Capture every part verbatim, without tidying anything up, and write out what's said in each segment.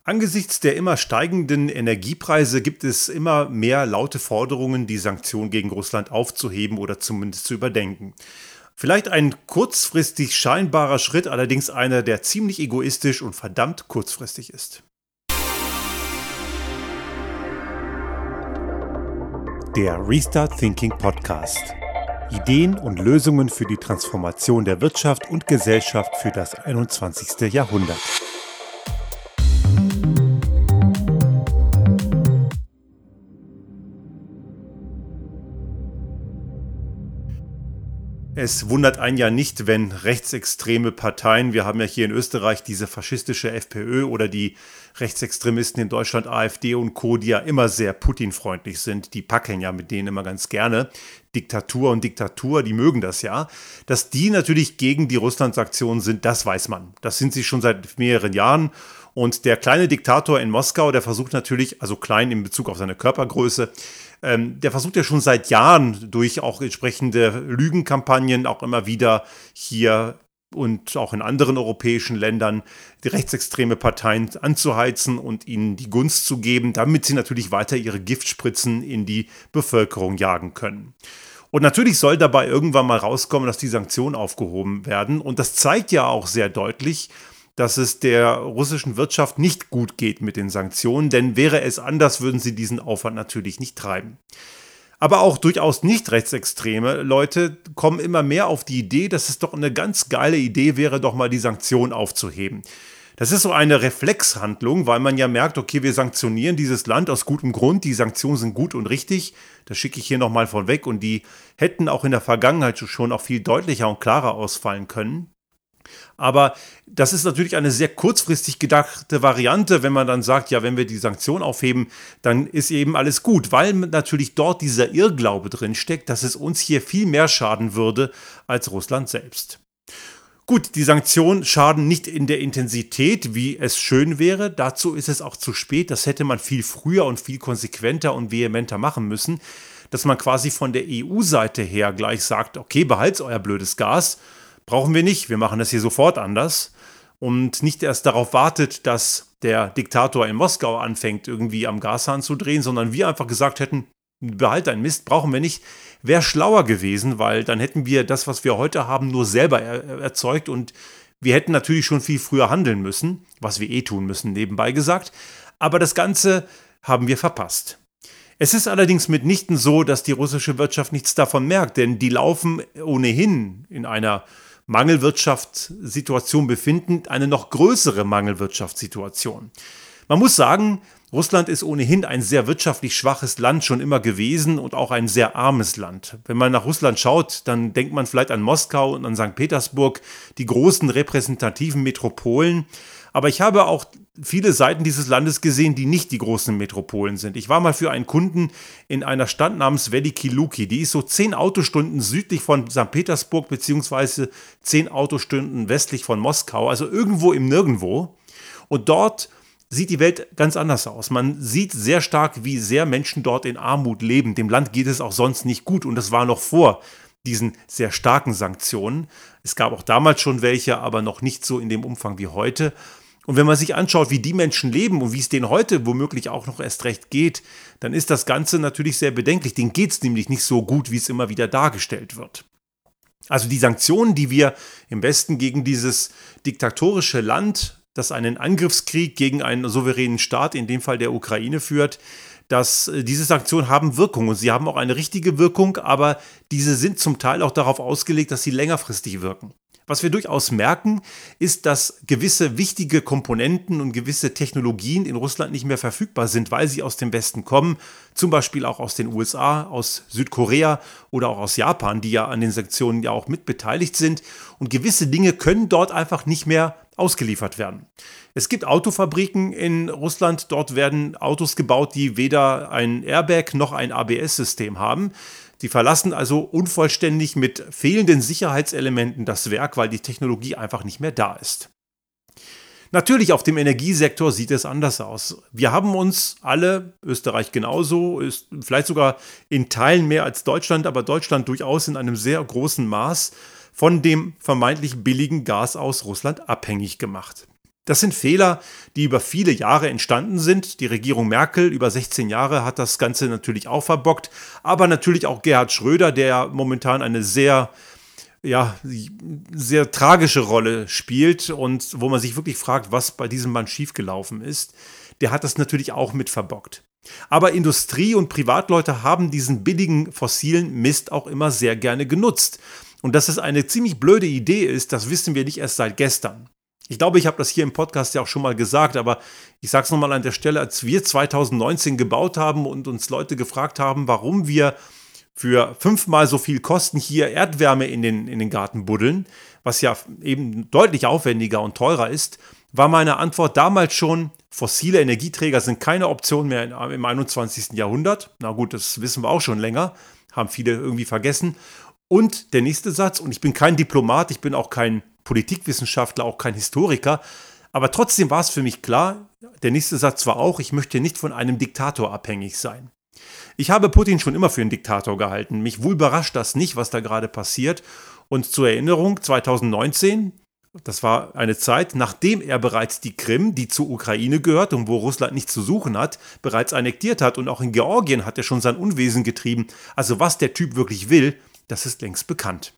Angesichts der immer steigenden Energiepreise gibt es immer mehr laute Forderungen, die Sanktionen gegen Russland aufzuheben oder zumindest zu überdenken. Vielleicht ein kurzfristig scheinbarer Schritt, allerdings einer, der ziemlich egoistisch und verdammt kurzfristig ist. Der Restart Thinking Podcast. Ideen und Lösungen für die Transformation der Wirtschaft und Gesellschaft für das einundzwanzigste. Jahrhundert. Es wundert einen ja nicht, wenn rechtsextreme Parteien, wir haben ja hier in Österreich diese faschistische FPÖ oder die Rechtsextremisten in Deutschland AfD und Co., die ja immer sehr Putin-freundlich sind, die packen ja mit denen immer ganz gerne. Diktatur und Diktatur, die mögen das ja. Dass die natürlich gegen die Russland-Sanktionen sind, das weiß man. Das sind sie schon seit mehreren Jahren. Und der kleine Diktator in Moskau, der versucht natürlich, also klein in Bezug auf seine Körpergröße, ähm, der versucht ja schon seit Jahren durch auch entsprechende Lügenkampagnen auch immer wieder hier und auch in anderen europäischen Ländern die rechtsextreme Parteien anzuheizen und ihnen die Gunst zu geben, damit sie natürlich weiter ihre Giftspritzen in die Bevölkerung jagen können. Und natürlich soll dabei irgendwann mal rauskommen, dass die Sanktionen aufgehoben werden. Und das zeigt ja auch sehr deutlich, dass es der russischen Wirtschaft nicht gut geht mit den Sanktionen, denn wäre es anders, würden sie diesen Aufwand natürlich nicht treiben. Aber auch durchaus nicht rechtsextreme Leute kommen immer mehr auf die Idee, dass es doch eine ganz geile Idee wäre, doch mal die Sanktionen aufzuheben. Das ist so eine Reflexhandlung, weil man ja merkt, okay, wir sanktionieren dieses Land aus gutem Grund, die Sanktionen sind gut und richtig, das schicke ich hier nochmal vorweg und die hätten auch in der Vergangenheit schon auch viel deutlicher und klarer ausfallen können. Aber das ist natürlich eine sehr kurzfristig gedachte Variante, wenn man dann sagt, ja, wenn wir die Sanktionen aufheben, dann ist eben alles gut, weil natürlich dort dieser Irrglaube drin steckt, dass es uns hier viel mehr schaden würde als Russland selbst. Gut, die Sanktionen schaden nicht in der Intensität, wie es schön wäre. Dazu ist es auch zu spät. Das hätte man viel früher und viel konsequenter und vehementer machen müssen, dass man quasi von der E U-Seite her gleich sagt, okay, behalt's euer blödes Gas. Brauchen wir nicht, wir machen das hier sofort anders und nicht erst darauf wartet, dass der Diktator in Moskau anfängt, irgendwie am Gashahn zu drehen, sondern wir einfach gesagt hätten, behalt deinen Mist, brauchen wir nicht, wäre schlauer gewesen, weil dann hätten wir das, was wir heute haben, nur selber er- erzeugt und wir hätten natürlich schon viel früher handeln müssen, was wir eh tun müssen, nebenbei gesagt, aber das Ganze haben wir verpasst. Es ist allerdings mitnichten so, dass die russische Wirtschaft nichts davon merkt, denn die laufen ohnehin in einer Mangelwirtschaftssituation befinden, eine noch größere Mangelwirtschaftssituation. Man muss sagen, Russland ist ohnehin ein sehr wirtschaftlich schwaches Land schon immer gewesen und auch ein sehr armes Land. Wenn man nach Russland schaut, dann denkt man vielleicht an Moskau und an Sankt Petersburg, die großen repräsentativen Metropolen. Aber ich habe auch viele Seiten dieses Landes gesehen, die nicht die großen Metropolen sind. Ich war mal für einen Kunden in einer Stadt namens Veliki Luki. Die ist so zehn Autostunden südlich von Sankt Petersburg beziehungsweise zehn Autostunden westlich von Moskau, also irgendwo im Nirgendwo. Und dort sieht die Welt ganz anders aus. Man sieht sehr stark, wie sehr Menschen dort in Armut leben. Dem Land geht es auch sonst nicht gut und das war noch vor diesen sehr starken Sanktionen. Es gab auch damals schon welche, aber noch nicht so in dem Umfang wie heute. Und wenn man sich anschaut, wie die Menschen leben und wie es denen heute womöglich auch noch erst recht geht, dann ist das Ganze natürlich sehr bedenklich. Denen geht es nämlich nicht so gut, wie es immer wieder dargestellt wird. Also die Sanktionen, die wir im Westen gegen dieses diktatorische Land, das einen Angriffskrieg gegen einen souveränen Staat, in dem Fall der Ukraine, führt, dass diese Sanktionen haben Wirkung und sie haben auch eine richtige Wirkung, aber diese sind zum Teil auch darauf ausgelegt, dass sie längerfristig wirken. Was wir durchaus merken, ist, dass gewisse wichtige Komponenten und gewisse Technologien in Russland nicht mehr verfügbar sind, weil sie aus dem Westen kommen, zum Beispiel auch aus den U S A, aus Südkorea oder auch aus Japan, die ja an den Sanktionen ja auch mitbeteiligt sind. Und gewisse Dinge können dort einfach nicht mehr ausgeliefert werden. Es gibt Autofabriken in Russland, dort werden Autos gebaut, die weder ein Airbag noch ein A B S-System haben. Die verlassen also unvollständig mit fehlenden Sicherheitselementen das Werk, weil die Technologie einfach nicht mehr da ist. Natürlich, auf dem Energiesektor sieht es anders aus. Wir haben uns alle, Österreich genauso, ist vielleicht sogar in Teilen mehr als Deutschland, aber Deutschland durchaus in einem sehr großen Maß von dem vermeintlich billigen Gas aus Russland abhängig gemacht. Das sind Fehler, die über viele Jahre entstanden sind. Die Regierung Merkel über sechzehn Jahre hat das Ganze natürlich auch verbockt, aber natürlich auch Gerhard Schröder, der momentan eine sehr, ja, sehr tragische Rolle spielt und wo man sich wirklich fragt, was bei diesem Mann schiefgelaufen ist. Der hat das natürlich auch mit verbockt. Aber Industrie und Privatleute haben diesen billigen fossilen Mist auch immer sehr gerne genutzt. Und dass es eine ziemlich blöde Idee ist, das wissen wir nicht erst seit gestern. Ich glaube, ich habe das hier im Podcast ja auch schon mal gesagt, aber ich sage es nochmal an der Stelle, als wir zwanzig neunzehn gebaut haben und uns Leute gefragt haben, warum wir für fünfmal so viel Kosten hier Erdwärme in den, in den Garten buddeln, was ja eben deutlich aufwendiger und teurer ist, war meine Antwort damals schon, fossile Energieträger sind keine Option mehr im einundzwanzigsten Jahrhundert. Na gut, das wissen wir auch schon länger, haben viele irgendwie vergessen. Und der nächste Satz, und ich bin kein Diplomat, ich bin auch kein Politikwissenschaftler, auch kein Historiker, aber trotzdem war es für mich klar, der nächste Satz war auch, ich möchte nicht von einem Diktator abhängig sein. Ich habe Putin schon immer für einen Diktator gehalten. Mich wohl überrascht das nicht, was da gerade passiert. Und zur Erinnerung, zwanzig neunzehn, das war eine Zeit, nachdem er bereits die Krim, die zur Ukraine gehört und wo Russland nichts zu suchen hat, bereits annektiert hat. Und auch in Georgien hat er schon sein Unwesen getrieben. Also was der Typ wirklich will, das ist längst bekannt.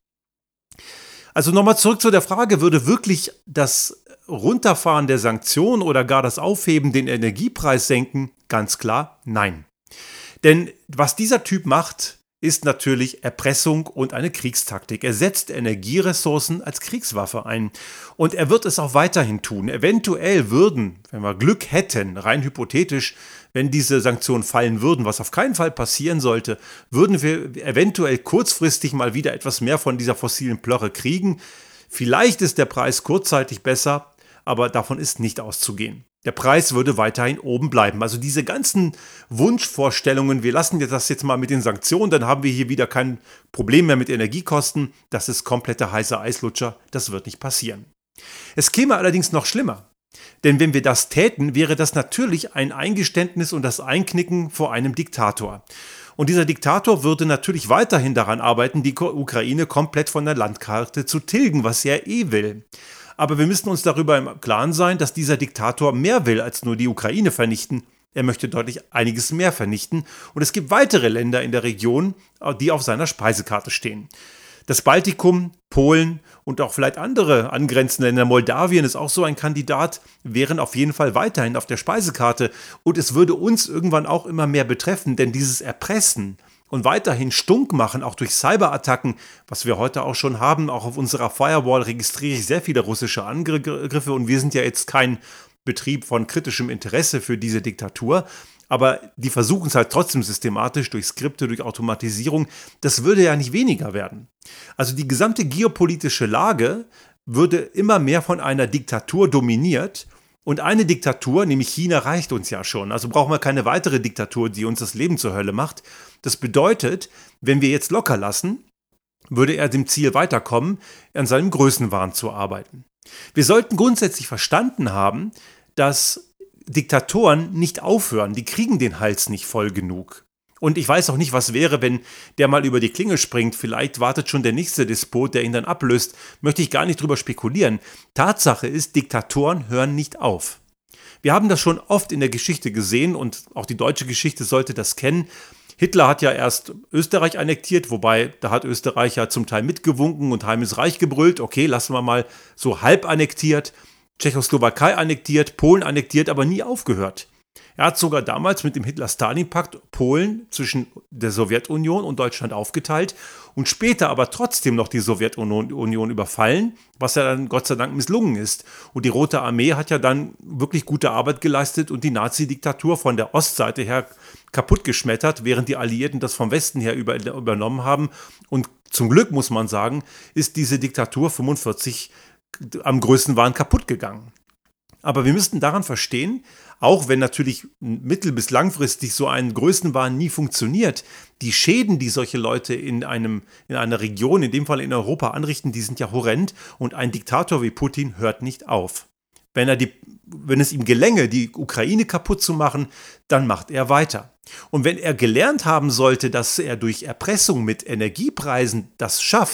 Also nochmal zurück zu der Frage, würde wirklich das Runterfahren der Sanktionen oder gar das Aufheben den Energiepreis senken? Ganz klar, nein. Denn was dieser Typ macht, ist natürlich Erpressung und eine Kriegstaktik. Er setzt Energieressourcen als Kriegswaffe ein. Und er wird es auch weiterhin tun. Eventuell würden, wenn wir Glück hätten, rein hypothetisch, wenn diese Sanktionen fallen würden, was auf keinen Fall passieren sollte, würden wir eventuell kurzfristig mal wieder etwas mehr von dieser fossilen Plörre kriegen. Vielleicht ist der Preis kurzzeitig besser, aber davon ist nicht auszugehen. Der Preis würde weiterhin oben bleiben. Also diese ganzen Wunschvorstellungen, wir lassen das jetzt mal mit den Sanktionen, dann haben wir hier wieder kein Problem mehr mit Energiekosten. Das ist kompletter heißer Eislutscher. Das wird nicht passieren. Es käme allerdings noch schlimmer. Denn wenn wir das täten, wäre das natürlich ein Eingeständnis und das Einknicken vor einem Diktator. Und dieser Diktator würde natürlich weiterhin daran arbeiten, die Ukraine komplett von der Landkarte zu tilgen, was er eh will. Aber wir müssen uns darüber im Klaren sein, dass dieser Diktator mehr will als nur die Ukraine vernichten. Er möchte deutlich einiges mehr vernichten. Und es gibt weitere Länder in der Region, die auf seiner Speisekarte stehen. Das Baltikum, Polen und auch vielleicht andere angrenzende Länder, Moldawien ist auch so ein Kandidat, wären auf jeden Fall weiterhin auf der Speisekarte. Und es würde uns irgendwann auch immer mehr betreffen, denn dieses Erpressen und weiterhin stunk machen, auch durch Cyberattacken, was wir heute auch schon haben, auch auf unserer Firewall registriere ich sehr viele russische Angriffe und wir sind ja jetzt kein Betrieb von kritischem Interesse für diese Diktatur, aber die versuchen es halt trotzdem systematisch durch Skripte, durch Automatisierung. Das würde ja nicht weniger werden. Also die gesamte geopolitische Lage würde immer mehr von einer Diktatur dominiert. Und eine Diktatur, nämlich China, reicht uns ja schon. Also brauchen wir keine weitere Diktatur, die uns das Leben zur Hölle macht. Das bedeutet, wenn wir jetzt locker lassen, würde er dem Ziel weiterkommen, an seinem Größenwahn zu arbeiten. Wir sollten grundsätzlich verstanden haben, dass Diktatoren nicht aufhören. Die kriegen den Hals nicht voll genug. Und ich weiß auch nicht, was wäre, wenn der mal über die Klinge springt. Vielleicht wartet schon der nächste Despot, der ihn dann ablöst. Möchte ich gar nicht drüber spekulieren. Tatsache ist, Diktatoren hören nicht auf. Wir haben das schon oft in der Geschichte gesehen und auch die deutsche Geschichte sollte das kennen. Hitler hat ja erst Österreich annektiert, wobei da hat Österreich ja zum Teil mitgewunken und Heim ist Reich gebrüllt. Okay, lassen wir mal so halb annektiert. Tschechoslowakei annektiert, Polen annektiert, aber nie aufgehört. Er hat sogar damals mit dem Hitler-Stalin-Pakt Polen zwischen der Sowjetunion und Deutschland aufgeteilt und später aber trotzdem noch die Sowjetunion überfallen, was ja dann Gott sei Dank misslungen ist. Und die Rote Armee hat ja dann wirklich gute Arbeit geleistet und die Nazi-Diktatur von der Ostseite her kaputtgeschmettert, während die Alliierten das vom Westen her über, übernommen haben. Und zum Glück, muss man sagen, ist diese Diktatur fünfundvierzig am Größenwahn kaputt gegangen. Aber wir müssten daran verstehen, auch wenn natürlich mittel- bis langfristig so ein Größenwahn nie funktioniert, die Schäden, die solche Leute in, einem, in einer Region, in dem Fall in Europa, anrichten, die sind ja horrend und ein Diktator wie Putin hört nicht auf. Wenn, er die, wenn es ihm gelänge, die Ukraine kaputt zu machen, dann macht er weiter. Und wenn er gelernt haben sollte, dass er durch Erpressung mit Energiepreisen das schafft,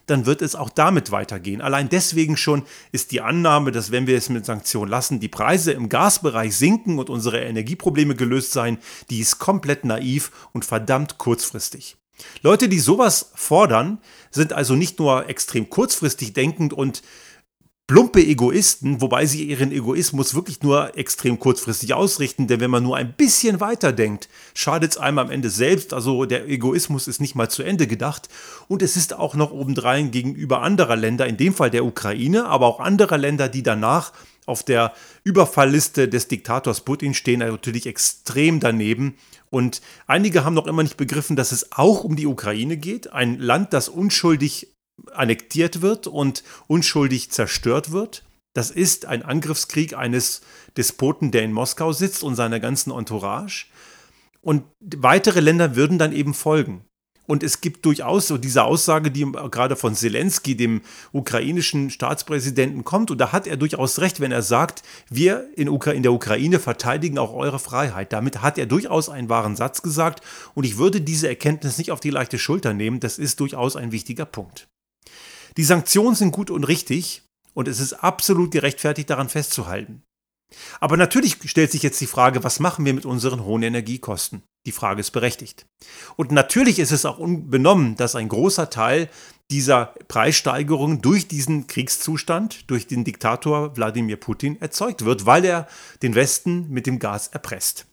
dann wird es auch damit weitergehen. Allein deswegen schon ist die Annahme, dass wenn wir es mit Sanktionen lassen, die Preise im Gasbereich sinken und unsere Energieprobleme gelöst seien, die ist komplett naiv und verdammt kurzfristig. Leute, die sowas fordern, sind also nicht nur extrem kurzfristig denkend und plumpe Egoisten, wobei sie ihren Egoismus wirklich nur extrem kurzfristig ausrichten, denn wenn man nur ein bisschen weiter denkt, schadet es einem am Ende selbst, also der Egoismus ist nicht mal zu Ende gedacht und es ist auch noch obendrein gegenüber anderer Länder, in dem Fall der Ukraine, aber auch anderer Länder, die danach auf der Überfallliste des Diktators Putin stehen, natürlich extrem daneben. Und einige haben noch immer nicht begriffen, dass es auch um die Ukraine geht, ein Land, das unschuldig annektiert wird und unschuldig zerstört wird. Das ist ein Angriffskrieg eines Despoten, der in Moskau sitzt und seiner ganzen Entourage. Und weitere Länder würden dann eben folgen. Und es gibt durchaus so diese Aussage, die gerade von Zelensky, dem ukrainischen Staatspräsidenten, kommt. Und da hat er durchaus recht, wenn er sagt, wir in, Ukra- in der Ukraine verteidigen auch eure Freiheit. Damit hat er durchaus einen wahren Satz gesagt. Und ich würde diese Erkenntnis nicht auf die leichte Schulter nehmen. Das ist durchaus ein wichtiger Punkt. Die Sanktionen sind gut und richtig und es ist absolut gerechtfertigt, daran festzuhalten. Aber natürlich stellt sich jetzt die Frage, was machen wir mit unseren hohen Energiekosten? Die Frage ist berechtigt. Und natürlich ist es auch unbenommen, dass ein großer Teil dieser Preissteigerungen durch diesen Kriegszustand, durch den Diktator Wladimir Putin erzeugt wird, weil er den Westen mit dem Gas erpresst.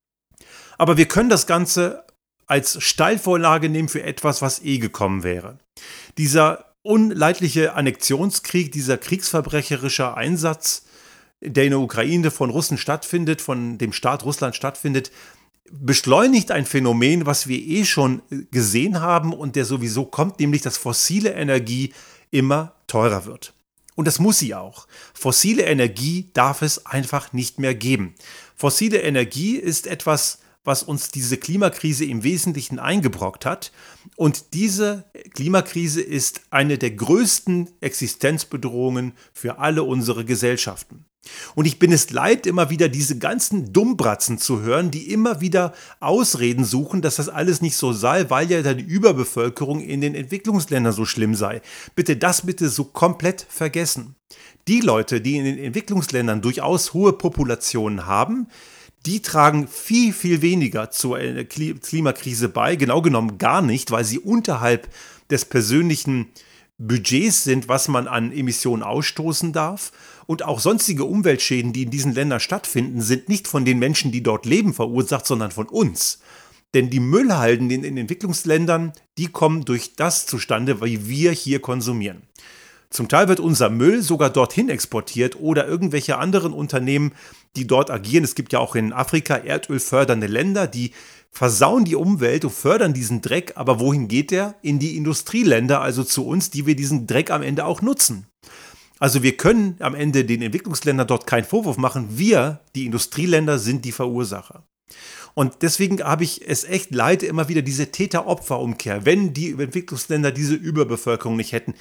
Aber wir können das Ganze als Steilvorlage nehmen für etwas, was eh gekommen wäre. Dieser unleidliche Annexionskrieg, dieser kriegsverbrecherische Einsatz, der in der Ukraine von Russen stattfindet, von dem Staat Russland stattfindet, beschleunigt ein Phänomen, was wir eh schon gesehen haben und der sowieso kommt, nämlich dass fossile Energie immer teurer wird. Und das muss sie auch. Fossile Energie darf es einfach nicht mehr geben. Fossile Energie ist etwas, was uns diese Klimakrise im Wesentlichen eingebrockt hat. Und diese Klimakrise ist eine der größten Existenzbedrohungen für alle unsere Gesellschaften. Und ich bin es leid, immer wieder diese ganzen Dummbratzen zu hören, die immer wieder Ausreden suchen, dass das alles nicht so sei, weil ja die Überbevölkerung in den Entwicklungsländern so schlimm sei. Bitte das bitte so komplett vergessen. Die Leute, die in den Entwicklungsländern durchaus hohe Populationen haben, die tragen viel, viel weniger zur Klimakrise bei, genau genommen gar nicht, weil sie unterhalb des persönlichen Budgets sind, was man an Emissionen ausstoßen darf. Und auch sonstige Umweltschäden, die in diesen Ländern stattfinden, sind nicht von den Menschen, die dort leben, verursacht, sondern von uns. Denn die Müllhalden in den Entwicklungsländern, die kommen durch das zustande, wie wir hier konsumieren. Zum Teil wird unser Müll sogar dorthin exportiert oder irgendwelche anderen Unternehmen, die dort agieren. Es gibt ja auch in Afrika erdölfördernde Länder, die versauen die Umwelt und fördern diesen Dreck. Aber wohin geht der? In die Industrieländer, also zu uns, die wir diesen Dreck am Ende auch nutzen. Also wir können am Ende den Entwicklungsländern dort keinen Vorwurf machen. Wir, die Industrieländer, sind die Verursacher. Und deswegen habe ich es echt leid, immer wieder diese Täter-Opfer-Umkehr. Wenn die Entwicklungsländer diese Überbevölkerung nicht hätten,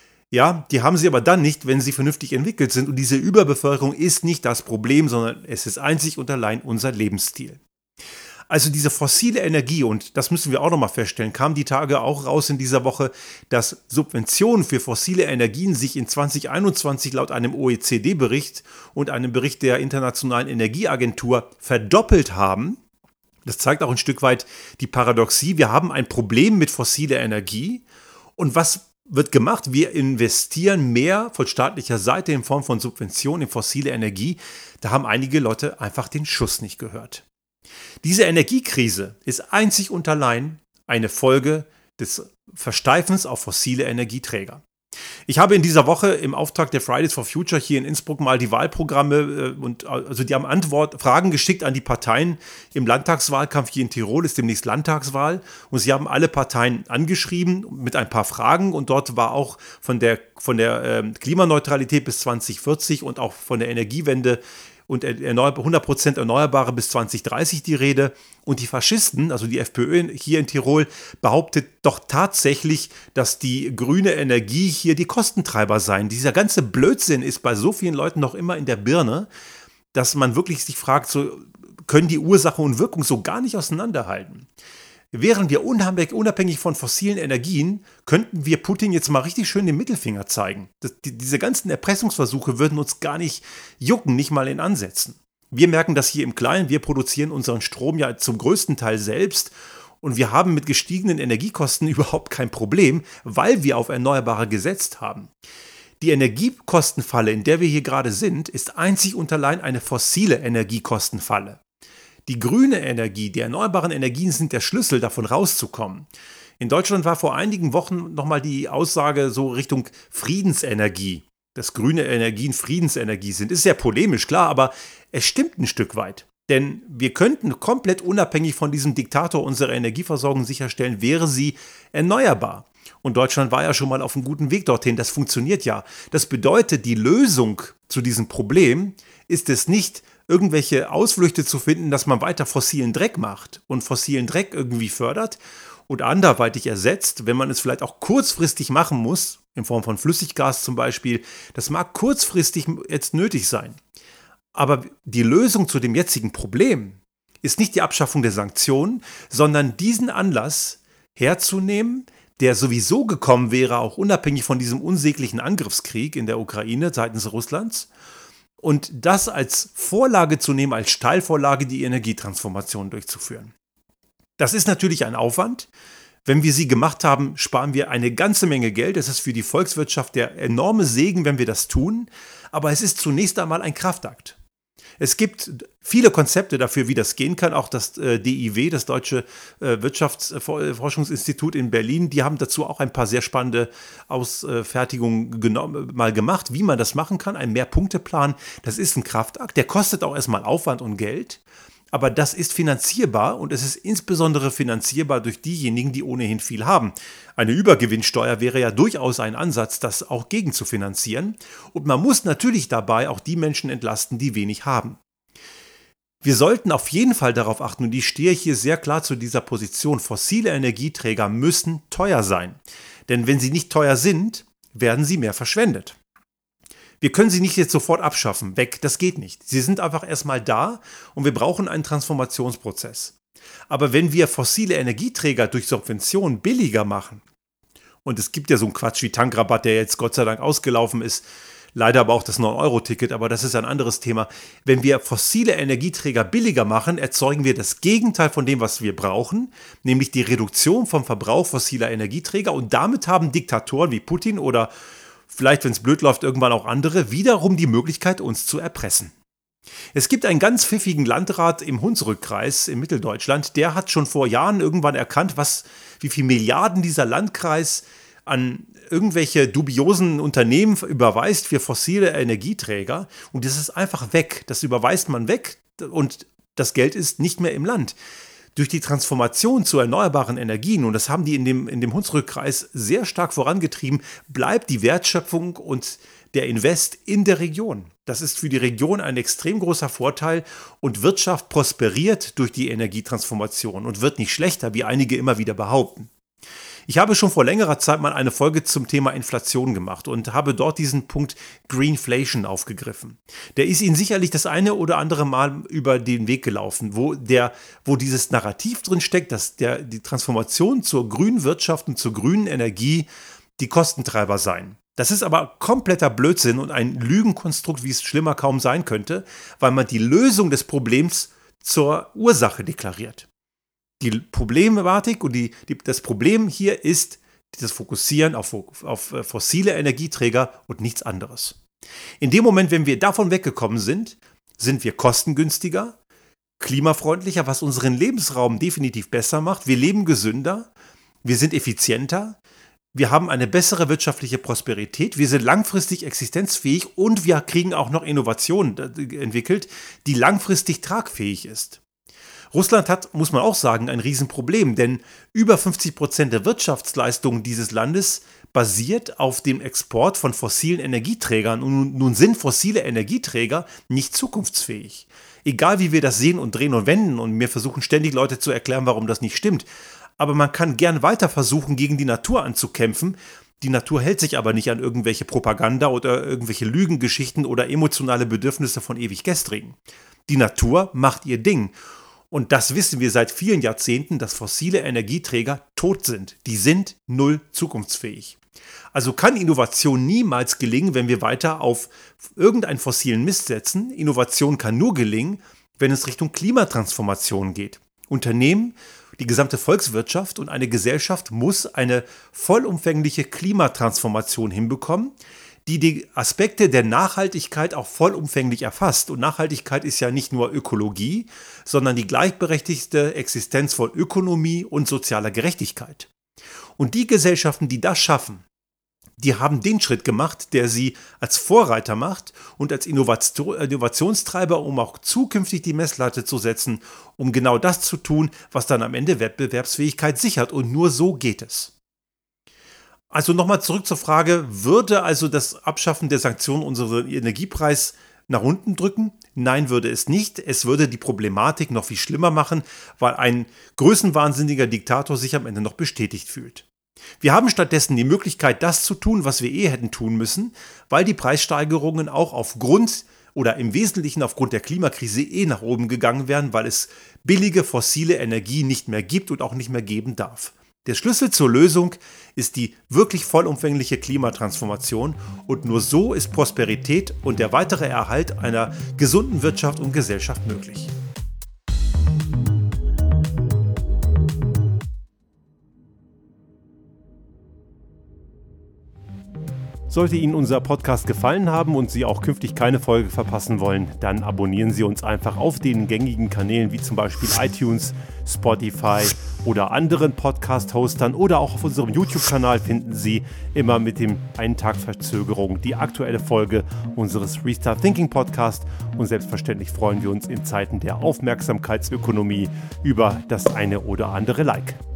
ja, die haben sie aber dann nicht, wenn sie vernünftig entwickelt sind. Und diese Überbevölkerung ist nicht das Problem, sondern es ist einzig und allein unser Lebensstil. Also diese fossile Energie, und das müssen wir auch nochmal feststellen, kam die Tage auch raus in dieser Woche, dass Subventionen für fossile Energien sich in zwanzig einundzwanzig laut einem O E C D-Bericht und einem Bericht der Internationalen Energieagentur verdoppelt haben. Das zeigt auch ein Stück weit die Paradoxie. Wir haben ein Problem mit fossiler Energie. Und was wird gemacht? Wir investieren mehr von staatlicher Seite in Form von Subventionen in fossile Energie. Da haben einige Leute einfach den Schuss nicht gehört. Diese Energiekrise ist einzig und allein eine Folge des Versteifens auf fossile Energieträger. Ich habe in dieser Woche im Auftrag der Fridays for Future hier in Innsbruck mal die Wahlprogramme äh, und also die haben Antwort, Fragen geschickt an die Parteien im Landtagswahlkampf. Hier in Tirol ist demnächst Landtagswahl und sie haben alle Parteien angeschrieben mit ein paar Fragen und dort war auch von der, von der äh, Klimaneutralität bis zwanzig vierzig und auch von der Energiewende und hundert Prozent Erneuerbare bis zwanzig dreißig die Rede. Und die Faschisten, also die FPÖ hier in Tirol, behauptet doch tatsächlich, dass die grüne Energie hier die Kostentreiber seien. Dieser ganze Blödsinn ist bei so vielen Leuten noch immer in der Birne, dass man wirklich sich fragt, so können die Ursache und Wirkung so gar nicht auseinanderhalten. Wären wir unabhängig von fossilen Energien, könnten wir Putin jetzt mal richtig schön den Mittelfinger zeigen. Das, die, diese ganzen Erpressungsversuche würden uns gar nicht jucken, nicht mal in Ansätzen. Wir merken das hier im Kleinen, wir produzieren unseren Strom ja zum größten Teil selbst und wir haben mit gestiegenen Energiekosten überhaupt kein Problem, weil wir auf Erneuerbare gesetzt haben. Die Energiekostenfalle, in der wir hier gerade sind, ist einzig und allein eine fossile Energiekostenfalle. Die grüne Energie, die erneuerbaren Energien sind der Schlüssel, davon rauszukommen. In Deutschland war vor einigen Wochen nochmal die Aussage so Richtung Friedensenergie, dass grüne Energien Friedensenergie sind. Ist sehr polemisch, klar, aber es stimmt ein Stück weit. Denn wir könnten komplett unabhängig von diesem Diktator unsere Energieversorgung sicherstellen, wäre sie erneuerbar. Und Deutschland war ja schon mal auf einem guten Weg dorthin. Das funktioniert ja. Das bedeutet, die Lösung zu diesem Problem ist es nicht, irgendwelche Ausflüchte zu finden, dass man weiter fossilen Dreck macht und fossilen Dreck irgendwie fördert und anderweitig ersetzt, wenn man es vielleicht auch kurzfristig machen muss, in Form von Flüssiggas zum Beispiel. Das mag kurzfristig jetzt nötig sein. Aber die Lösung zu dem jetzigen Problem ist nicht die Abschaffung der Sanktionen, sondern diesen Anlass herzunehmen, der sowieso gekommen wäre, auch unabhängig von diesem unsäglichen Angriffskrieg in der Ukraine seitens Russlands, und das als Vorlage zu nehmen, als Steilvorlage, die Energietransformation durchzuführen. Das ist natürlich ein Aufwand. Wenn wir sie gemacht haben, sparen wir eine ganze Menge Geld. Es ist für die Volkswirtschaft der enorme Segen, wenn wir das tun. Aber es ist zunächst einmal ein Kraftakt. Es gibt viele Konzepte dafür, wie das gehen kann. Auch das äh, D I W, das Deutsche äh, Wirtschaftsforschungsinstitut in Berlin, die haben dazu auch ein paar sehr spannende Ausfertigungen genommen, mal gemacht, wie man das machen kann. Ein Mehrpunkteplan, das ist ein Kraftakt. Der kostet auch erstmal Aufwand und Geld. Aber das ist finanzierbar und es ist insbesondere finanzierbar durch diejenigen, die ohnehin viel haben. Eine Übergewinnsteuer wäre ja durchaus ein Ansatz, das auch gegen zu finanzieren. Und man muss natürlich dabei auch die Menschen entlasten, die wenig haben. Wir sollten auf jeden Fall darauf achten, und ich stehe hier sehr klar zu dieser Position, fossile Energieträger müssen teuer sein. Denn wenn sie nicht teuer sind, werden sie mehr verschwendet. Wir können sie nicht jetzt sofort abschaffen, weg, das geht nicht. Sie sind einfach erstmal da und wir brauchen einen Transformationsprozess. Aber wenn wir fossile Energieträger durch Subventionen billiger machen, und es gibt ja so einen Quatsch wie Tankrabatt, der jetzt Gott sei Dank ausgelaufen ist, leider aber auch das neun Euro Ticket, aber das ist ein anderes Thema. Wenn wir fossile Energieträger billiger machen, erzeugen wir das Gegenteil von dem, was wir brauchen, nämlich die Reduktion vom Verbrauch fossiler Energieträger, und damit haben Diktatoren wie Putin oder vielleicht, wenn es blöd läuft, irgendwann auch andere, wiederum die Möglichkeit, uns zu erpressen. Es gibt einen ganz pfiffigen Landrat im Hunsrückkreis in Mitteldeutschland, der hat schon vor Jahren irgendwann erkannt, was, wie viel Milliarden dieser Landkreis an irgendwelche dubiosen Unternehmen überweist für fossile Energieträger, und das ist einfach weg. Das überweist man weg und das Geld ist nicht mehr im Land. Durch die Transformation zu erneuerbaren Energien, und das haben die in dem, in dem Hunsrückkreis sehr stark vorangetrieben, bleibt die Wertschöpfung und der Invest in der Region. Das ist für die Region ein extrem großer Vorteil, und Wirtschaft prosperiert durch die Energietransformation und wird nicht schlechter, wie einige immer wieder behaupten. Ich habe schon vor längerer Zeit mal eine Folge zum Thema Inflation gemacht und habe dort diesen Punkt Greenflation aufgegriffen. Der ist Ihnen sicherlich das eine oder andere Mal über den Weg gelaufen, wo, der, wo dieses Narrativ drin steckt, dass der, die Transformation zur grünen Wirtschaft und zur grünen Energie die Kostentreiber seien. Das ist aber kompletter Blödsinn und ein Lügenkonstrukt, wie es schlimmer kaum sein könnte, weil man die Lösung des Problems zur Ursache deklariert. Die Problematik und die, die, das Problem hier ist das Fokussieren auf, auf fossile Energieträger und nichts anderes. In dem Moment, wenn wir davon weggekommen sind, sind wir kostengünstiger, klimafreundlicher, was unseren Lebensraum definitiv besser macht. Wir leben gesünder, wir sind effizienter, wir haben eine bessere wirtschaftliche Prosperität, wir sind langfristig existenzfähig und wir kriegen auch noch Innovationen entwickelt, die langfristig tragfähig ist. Russland hat, muss man auch sagen, ein Riesenproblem, denn über fünfzig Prozent der Wirtschaftsleistung dieses Landes basiert auf dem Export von fossilen Energieträgern. Und nun sind fossile Energieträger nicht zukunftsfähig. Egal wie wir das sehen und drehen und wenden, und mir versuchen ständig Leute zu erklären, warum das nicht stimmt. Aber man kann gern weiter versuchen, gegen die Natur anzukämpfen. Die Natur hält sich aber nicht an irgendwelche Propaganda oder irgendwelche Lügengeschichten oder emotionale Bedürfnisse von ewig Gestrigen. Die Natur macht ihr Ding. Und das wissen wir seit vielen Jahrzehnten, dass fossile Energieträger tot sind. Die sind null zukunftsfähig. Also kann Innovation niemals gelingen, wenn wir weiter auf irgendeinen fossilen Mist setzen. Innovation kann nur gelingen, wenn es Richtung Klimatransformation geht. Unternehmen, die gesamte Volkswirtschaft und eine Gesellschaft muss eine vollumfängliche Klimatransformation hinbekommen, die die Aspekte der Nachhaltigkeit auch vollumfänglich erfasst. Und Nachhaltigkeit ist ja nicht nur Ökologie, sondern die gleichberechtigte Existenz von Ökonomie und sozialer Gerechtigkeit. Und die Gesellschaften, die das schaffen, die haben den Schritt gemacht, der sie als Vorreiter macht und als Innovationstreiber, um auch zukünftig die Messlatte zu setzen, um genau das zu tun, was dann am Ende Wettbewerbsfähigkeit sichert. Und nur so geht es. Also nochmal zurück zur Frage, würde also das Abschaffen der Sanktionen unseren Energiepreis nach unten drücken? Nein, würde es nicht. Es würde die Problematik noch viel schlimmer machen, weil ein größenwahnsinniger Diktator sich am Ende noch bestätigt fühlt. Wir haben stattdessen die Möglichkeit, das zu tun, was wir eh hätten tun müssen, weil die Preissteigerungen auch aufgrund oder im Wesentlichen aufgrund der Klimakrise eh nach oben gegangen wären, weil es billige fossile Energie nicht mehr gibt und auch nicht mehr geben darf. Der Schlüssel zur Lösung ist die wirklich vollumfängliche Klimatransformation und nur so ist Prosperität und der weitere Erhalt einer gesunden Wirtschaft und Gesellschaft möglich. Sollte Ihnen unser Podcast gefallen haben und Sie auch künftig keine Folge verpassen wollen, dann abonnieren Sie uns einfach auf den gängigen Kanälen wie zum Beispiel iTunes, Spotify oder anderen Podcast-Hostern oder auch auf unserem YouTube-Kanal finden Sie immer mit dem einen Tag Verzögerung die aktuelle Folge unseres Restart Thinking Podcast und selbstverständlich freuen wir uns in Zeiten der Aufmerksamkeitsökonomie über das eine oder andere Like.